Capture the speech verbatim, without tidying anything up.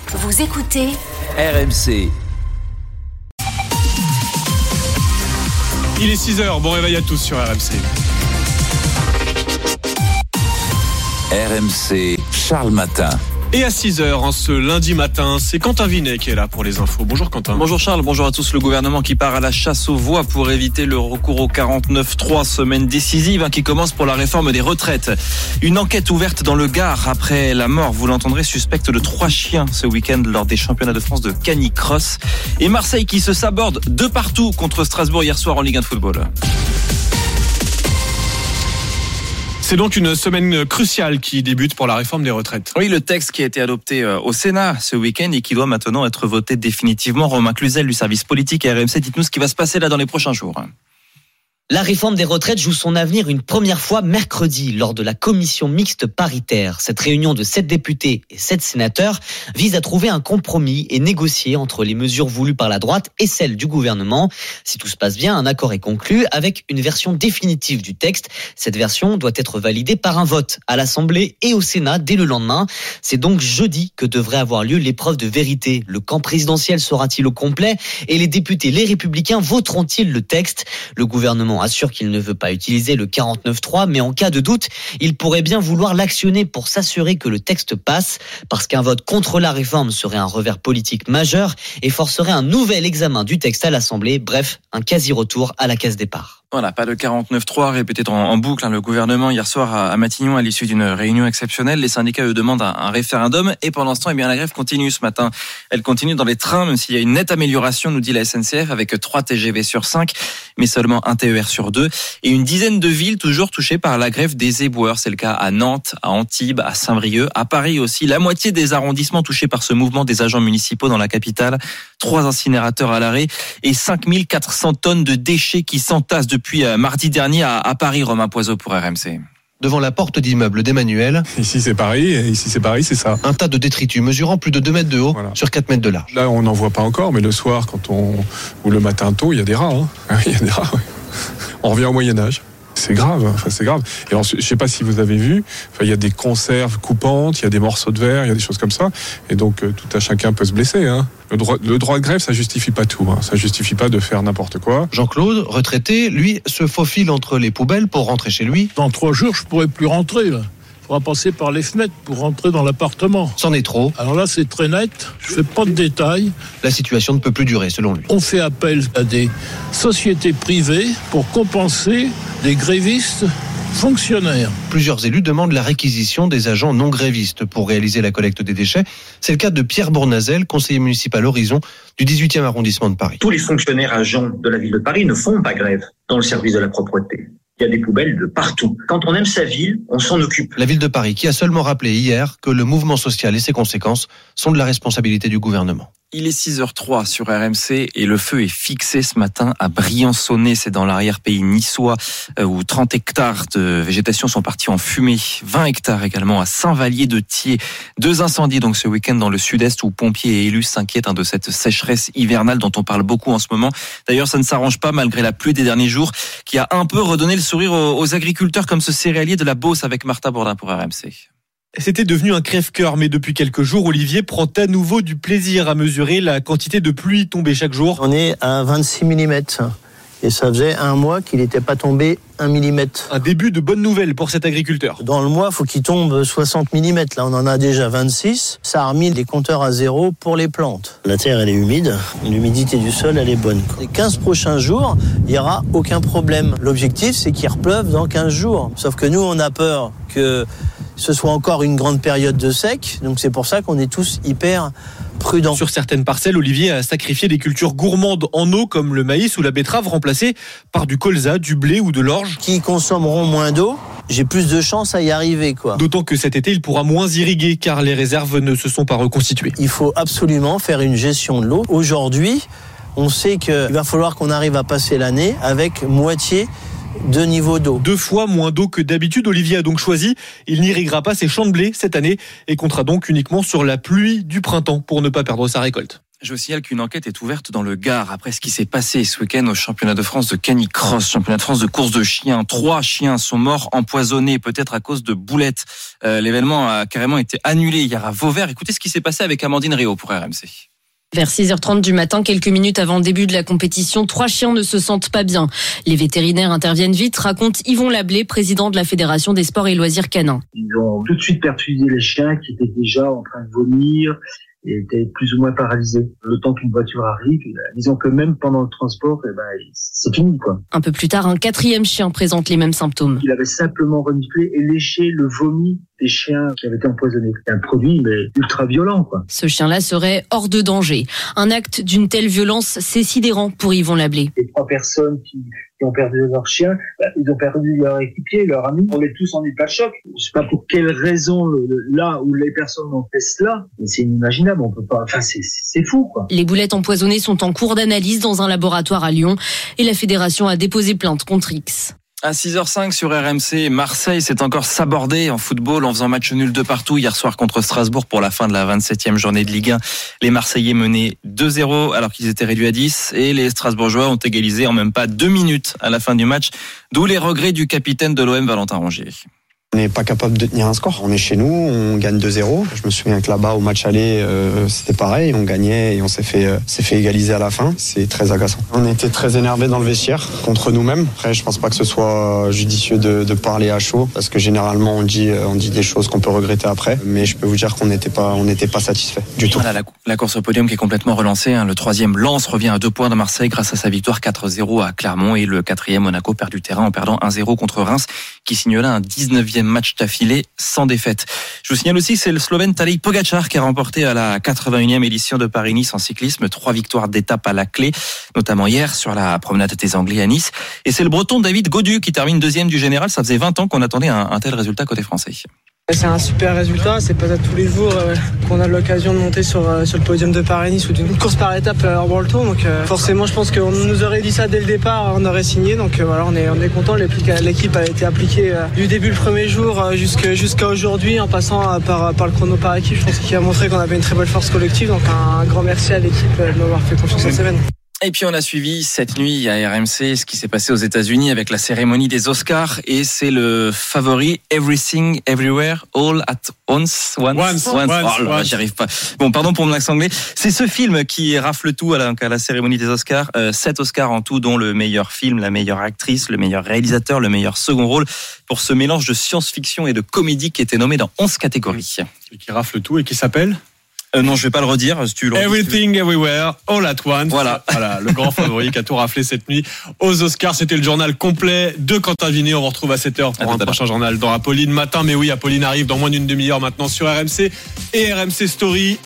Vous écoutez R M C. Il est six heures, bon réveil à tous sur R M C. R M C, Charles Matin. Et à six heures, en ce lundi matin, c'est Quentin Vinet qui est là pour les infos. Bonjour Quentin. Bonjour Charles, bonjour à tous. Le gouvernement qui part à la chasse aux voix pour éviter le recours au quarante-neuf trois, semaine décisive hein, qui commence pour la réforme des retraites. Une enquête ouverte dans le Gard après la mort, vous l'entendrez, suspecte de trois chiens ce week-end lors des championnats de France de canicross. Et Marseille qui se saborde de partout contre Strasbourg hier soir en Ligue un de football. C'est donc une semaine cruciale qui débute pour la réforme des retraites. Oui, le texte qui a été adopté au Sénat ce week-end et qui doit maintenant être voté définitivement. Romain Cluzel du service politique à R M C, dites-nous ce qui va se passer là dans les prochains jours. La réforme des retraites joue son avenir une première fois mercredi lors de la commission mixte paritaire. Cette réunion de sept députés et sept sénateurs vise à trouver un compromis et négocier entre les mesures voulues par la droite et celles du gouvernement. Si tout se passe bien, un accord est conclu avec une version définitive du texte. Cette version doit être validée par un vote à l'Assemblée et au Sénat dès le lendemain. C'est donc jeudi que devrait avoir lieu l'épreuve de vérité. Le camp présidentiel sera-t-il au complet et les députés, les Républicains, voteront-ils le texte ? Le gouvernement assure qu'il ne veut pas utiliser le quarante-neuf trois, mais en cas de doute, il pourrait bien vouloir l'actionner pour s'assurer que le texte passe, parce qu'un vote contre la réforme serait un revers politique majeur et forcerait un nouvel examen du texte à l'Assemblée, bref, un quasi-retour à la case départ. Voilà, pas de quarante-neuf trois répété en, en boucle. Hein, le gouvernement hier soir à, à Matignon, à l'issue d'une réunion exceptionnelle, les syndicats eux demandent un, un référendum et pendant ce temps, eh bien la grève continue ce matin. Elle continue dans les trains, même s'il y a une nette amélioration, nous dit la S N C F, avec trois T G V sur cinq, mais seulement un T E R sur deux et une dizaine de villes toujours touchées par la grève des éboueurs. C'est le cas à Nantes, à Antibes, à Saint-Brieuc, à Paris aussi. La moitié des arrondissements touchés par ce mouvement des agents municipaux dans la capitale. Trois incinérateurs à l'arrêt et cinq mille quatre cents tonnes de déchets qui s'entassent depuis mardi dernier à, à Paris. Romain Poiseau pour R M C. Devant la porte d'immeuble d'Emmanuel. Ici c'est Paris, et ici c'est Paris, c'est ça. Un tas de détritus mesurant plus de deux mètres de haut, voilà, sur quatre mètres de large. Là on n'en voit pas encore, mais le soir quand on ou le matin tôt, il y a des rats. Hein. Il y a des rats. Ouais. On revient au Moyen-Âge. C'est grave, enfin c'est grave. Et ensuite, je sais pas si vous avez vu, enfin, il y a des conserves coupantes, il y a des morceaux de verre, il y a des choses comme ça. Et donc euh, tout à chacun peut se blesser. Hein. Le droit, le droit de grève, ça justifie pas tout. Hein. Ça justifie pas de faire n'importe quoi. Jean-Claude, retraité, lui, se faufile entre les poubelles pour rentrer chez lui. Dans trois jours, je pourrais plus rentrer. Là. Il faudra passer par les fenêtres pour rentrer dans l'appartement. C'en est trop. Alors là, c'est très net. Je fais pas de détails. La situation ne peut plus durer, selon lui. On fait appel à des sociétés privées pour compenser des grévistes fonctionnaires. Plusieurs élus demandent la réquisition des agents non grévistes pour réaliser la collecte des déchets. C'est le cas de Pierre Bournazel, conseiller municipal Horizon du dix-huitième arrondissement de Paris. Tous les fonctionnaires agents de la ville de Paris ne font pas grève dans le service de la propreté. Il y a des poubelles de partout. Quand on aime sa ville, on s'en occupe. La ville de Paris qui a seulement rappelé hier que le mouvement social et ses conséquences sont de la responsabilité du gouvernement. Il est six heures trois sur R M C et le feu est fixé ce matin à Briançonnet, c'est dans l'arrière-pays niçois où trente hectares de végétation sont partis en fumée, vingt hectares également à Saint-Vallier-de-Thiers. Deux incendies donc ce week-end dans le sud-est où pompiers et élus s'inquiètent de cette sécheresse hivernale dont on parle beaucoup en ce moment. D'ailleurs, ça ne s'arrange pas malgré la pluie des derniers jours qui a un peu redonné le sourire aux agriculteurs comme ce céréalier de la Beauce avec Martha Bourdin pour R M C. C'était devenu un crève-cœur, mais depuis quelques jours, Olivier prend à nouveau du plaisir à mesurer la quantité de pluie tombée chaque jour. On est à vingt-six millimètres et ça faisait un mois qu'il n'était pas tombé un millimètre. Un début de bonne nouvelle pour cet agriculteur. Dans le mois, il faut qu'il tombe soixante millimètres. Là, on en a déjà vingt-six. Ça a remis les compteurs à zéro pour les plantes. La terre, elle est humide. L'humidité du sol, elle est bonne. Les quinze prochains jours, il n'y aura aucun problème. L'objectif, c'est qu'il repleuve dans quinze jours. Sauf que nous, on a peur que ce soit encore une grande période de sec. Donc c'est pour ça qu'on est tous hyper prudents. Sur certaines parcelles, Olivier a sacrifié des cultures gourmandes en eau comme le maïs ou la betterave remplacées par du colza, du blé ou de l'orge. Qui consommeront moins d'eau, j'ai plus de chances à y arriver, quoi. D'autant que cet été, il pourra moins irriguer car les réserves ne se sont pas reconstituées. Il faut absolument faire une gestion de l'eau. Aujourd'hui, on sait qu'il va falloir qu'on arrive à passer l'année avec moitié de niveau d'eau. Deux fois moins d'eau que d'habitude. Olivier a donc choisi, il n'irriguera pas ses champs de blé cette année et comptera donc uniquement sur la pluie du printemps pour ne pas perdre sa récolte. Je vous signale qu'une enquête est ouverte dans le Gard après ce qui s'est passé ce week-end au championnat de France de canicross, championnat de France de course de chiens. Trois chiens sont morts empoisonnés, peut-être à cause de boulettes. Euh, l'événement a carrément été annulé hier à Vauvert. Écoutez ce qui s'est passé avec Amandine Réau pour R M C. Vers six heures trente du matin, quelques minutes avant le début de la compétition, trois chiens ne se sentent pas bien. Les vétérinaires interviennent vite, raconte Yvon Lablé, président de la Fédération des sports et loisirs canins. Ils ont tout de suite perfusé les chiens qui étaient déjà en train de vomir et étaient plus ou moins paralysés. Le temps qu'une voiture arrive, disons que même pendant le transport, eh ben, c'est fini, quoi. Un peu plus tard, un quatrième chien présente les mêmes symptômes. Il avait simplement reniflé et léché le vomi des chiens qui avaient été empoisonnés. C'est un produit, mais ultra violent, quoi. Ce chien-là serait hors de danger. Un acte d'une telle violence, c'est sidérant pour Yvon Lablé. Les trois personnes qui, qui ont perdu leur chien, bah, ils ont perdu leur équipier, leur ami. On est tous en état de choc. Je sais pas pour quelle raison, le, le, là où les personnes ont fait cela, mais c'est inimaginable. On peut pas, enfin, c'est, c'est fou, quoi. Les boulettes empoisonnées sont en cours d'analyse dans un laboratoire à Lyon et la fédération a déposé plainte contre X. À six heures cinq sur R M C, Marseille s'est encore sabordé en football en faisant match nul de partout hier soir contre Strasbourg pour la fin de la vingt-septième journée de Ligue un. Les Marseillais menaient deux zéro alors qu'ils étaient réduits à dix et les Strasbourgeois ont égalisé en même pas deux minutes à la fin du match, d'où les regrets du capitaine de l'O M, Valentin Rongier. On n'est pas capable de tenir un score. On est chez nous, on gagne deux zéro. Je me souviens que là-bas, au match aller, euh, c'était pareil. On gagnait et on s'est fait, euh, s'est fait égaliser à la fin. C'est très agaçant. On était très énervés dans le vestiaire contre nous-mêmes. Après, je pense pas que ce soit judicieux de, de parler à chaud parce que généralement, on dit, on dit des choses qu'on peut regretter après. Mais je peux vous dire qu'on n'était pas, on n'était pas satisfait du tout. Voilà, la, la course au podium qui est complètement relancée. Hein. Le troisième Lens revient à deux points de Marseille grâce à sa victoire quatre zéro à Clermont et le quatrième Monaco perd du terrain en perdant un zéro contre Reims qui signe là un dix-neuvième match d'affilée sans défaite. Je vous signale aussi que c'est le Slovène Tadej Pogačar qui a remporté à la quatre-vingt-unième édition de Paris-Nice en cyclisme trois victoires d'étape à la clé, notamment hier sur la promenade des Anglais à Nice. Et c'est le Breton David Gaudu qui termine deuxième du général. Ça faisait vingt ans qu'on attendait un, un tel résultat côté français. C'est un super résultat, c'est pas tous les jours euh, qu'on a l'occasion de monter sur, euh, sur le podium de Paris-Nice ou d'une course par étape euh, en World Tour. Donc euh, forcément je pense qu'on nous aurait dit ça dès le départ, on aurait signé. Donc euh, voilà, on est, on est content, l'équipe a été appliquée euh, du début le premier jour euh, jusqu'à, jusqu'à aujourd'hui en passant euh, par, par le chrono par équipe. Je pense qu'il a montré qu'on avait une très belle force collective. Donc un, un grand merci à l'équipe euh, de m'avoir fait confiance cette semaine. Et puis on a suivi cette nuit à R M C ce qui s'est passé aux États-Unis avec la cérémonie des Oscars et c'est le favori Everything Everywhere All at Once Once Once, once. once, Oh là, once. j'y arrive pas. Bon, pardon pour mon accent anglais. C'est ce film qui rafle tout à la, à la cérémonie des Oscars. Euh, sept Oscars en tout, dont le meilleur film, la meilleure actrice, le meilleur réalisateur, le meilleur second rôle pour ce mélange de science-fiction et de comédie qui était nommé dans onze catégories. Et qui rafle tout et qui s'appelle Euh, non, je vais pas le redire. Si tu le redis, Everything Everywhere All at Once. Voilà. Voilà, le grand favori qui a tout raflé cette nuit aux Oscars. C'était le journal complet de Quentin Vinet. On vous retrouve à sept heures pour à un prochain journal dans Apolline Matin. Mais oui, Apolline arrive dans moins d'une demi-heure maintenant sur R M C et R M C Story.